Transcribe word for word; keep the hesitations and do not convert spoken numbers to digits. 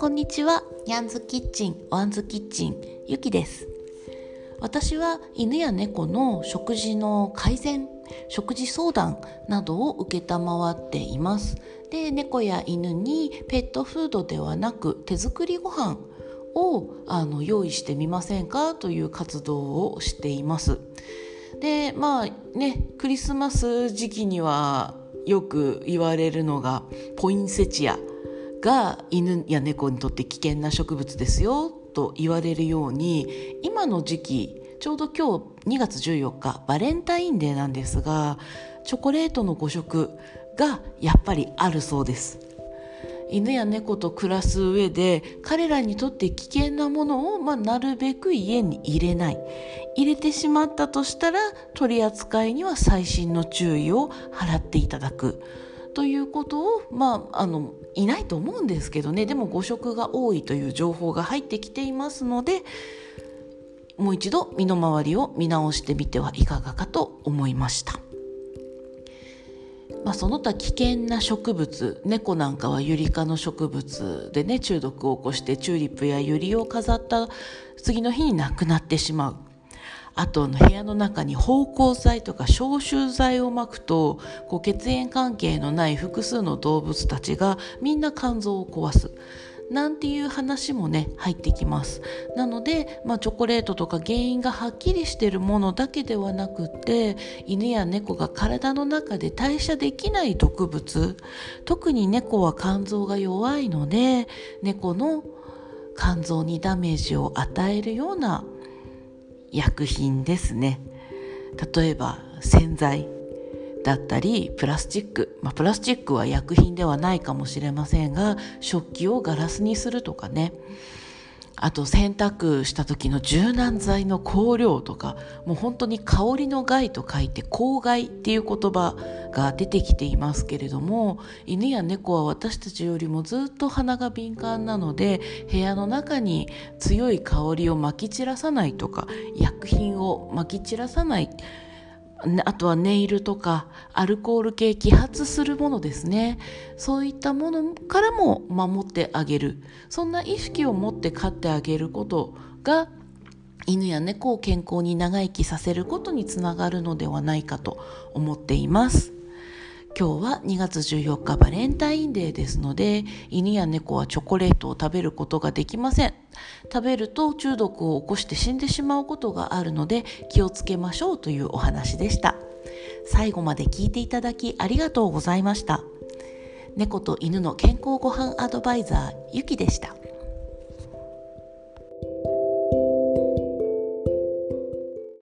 こんにちは。ニャンズキッチンワンズキッチンゆきです。私は犬や猫の食事の改善、食事相談などを受けたまわっています。で、猫や犬にペットフードではなく手作りご飯をあの用意してみませんかという活動をしています。で、まあね、クリスマス時期にはよく言われるのがポインセチアが犬や猫にとって危険な植物ですよと言われるように、今の時期ちょうど今日にがつじゅうよっかバレンタインデーなんですが、チョコレートの誤食がやっぱりあるそうです。犬や猫と暮らす上で彼らにとって危険なものを、まあ、なるべく家に入れない、入れてしまったとしたら取り扱いには細心の注意を払っていただくということを、まあ、あのいないと思うんですけどね、でも誤食が多いという情報が入ってきていますので、もう一度身の回りを見直してみてはいかがかと思いました。まあ、その他危険な植物、猫なんかはユリ科の植物でね、中毒を起こしてチューリップやユリを飾った次の日に亡くなってしまう。あと部屋の中に芳香剤とか消臭剤をまくと、こう血縁関係のない複数の動物たちがみんな肝臓を壊すなんていう話もね入ってきます。なので、まあ、チョコレートとか原因がはっきりしているものだけではなくて、犬や猫が体の中で代謝できない毒物、特に猫は肝臓が弱いので、猫の肝臓にダメージを与えるような薬品ですね。例えば洗剤だったりプラスチック、まあ、プラスチックは薬品ではないかもしれませんが、食器をガラスにするとかね、あと洗濯した時の柔軟剤の香料とか、もう本当に香りの害と書いて香害っていう言葉が出てきていますけれども、犬や猫は私たちよりもずっと鼻が敏感なので、部屋の中に強い香りをまき散らさないとか、薬品をまき散らさない、あとはネイルとかアルコール系揮発するものですね、そういったものからも守ってあげる、そんな意識を持って飼ってあげることが犬や猫を健康に長生きさせることにつながるのではないかと思っています。今日はにがつじゅうよっかバレンタインデーですので、犬や猫はチョコレートを食べることができません。食べると中毒を起こして死んでしまうことがあるので気をつけましょうというお話でした。最後まで聞いていただきありがとうございました。猫と犬の健康ごはんアドバイザーゆきでした。